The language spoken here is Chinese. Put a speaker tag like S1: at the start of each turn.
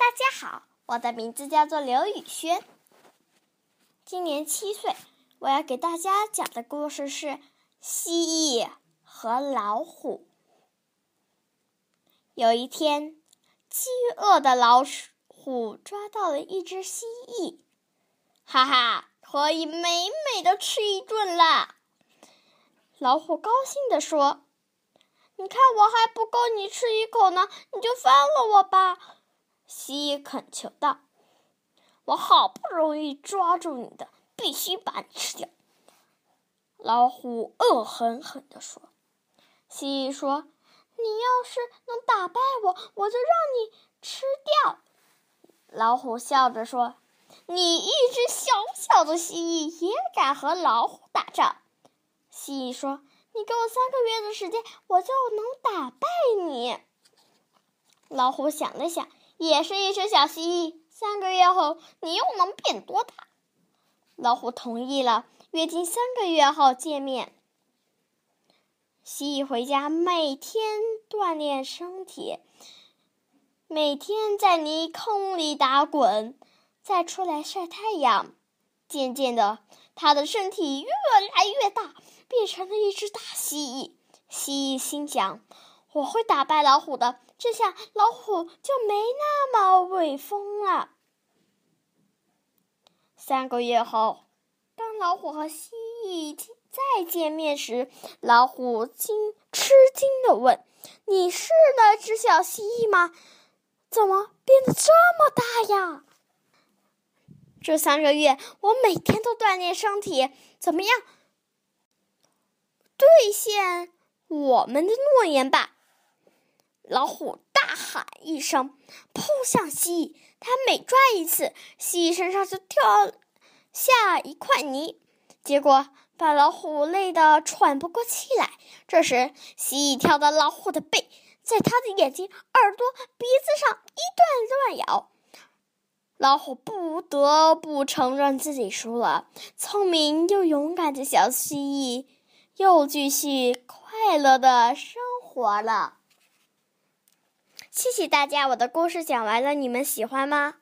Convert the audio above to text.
S1: 大家好，我的名字叫做刘宇轩，今年7岁。我要给大家讲的故事是蜥蜴和老虎。有一天，饥饿的老虎抓到了一只蜥蜴，哈哈，可以美美的吃一顿啦！老虎高兴地说：“你看我还不够你吃一口呢，你就放了我吧。”蜥蜴恳求道：“我好不容易抓住你的，必须把你吃掉。”老虎恶狠狠地说。蜥蜴说：“你要是能打败我，我就让你吃掉。”老虎笑着说：“你一只小小的蜥蜴也敢和老虎打仗？”蜥蜴说：“你给我3个月的时间，我就能打败你。”老虎想了想，也是一只小蜥蜴，3个月后你又能变多大？老虎同意了，约定3个月后见面。蜥蜴回家，每天锻炼身体，每天在泥坑里打滚，再出来晒太阳。渐渐的，他的身体越来越大，变成了一只大蜥蜴。蜥蜴心想：我会打败老虎的，这下老虎就没那么威风了。3个月后，当老虎和蜥蜴再见面时，老虎吃惊地问：“你是那只小蜥蜴吗？怎么变得这么大呀？”这3个月，我每天都锻炼身体，怎么样？兑现我们的诺言吧！老虎大喊一声，扑向蜥蜴。他每抓一次，蜥蜴身上就跳下一块泥，结果把老虎累得喘不过气来。这时，蜥蜴跳到老虎的背，在他的眼睛、耳朵、鼻子上一顿乱咬。老虎不得不承认自己输了。聪明又勇敢的小蜥蜴又继续快乐的生活了。谢谢大家，我的故事讲完了，你们喜欢吗？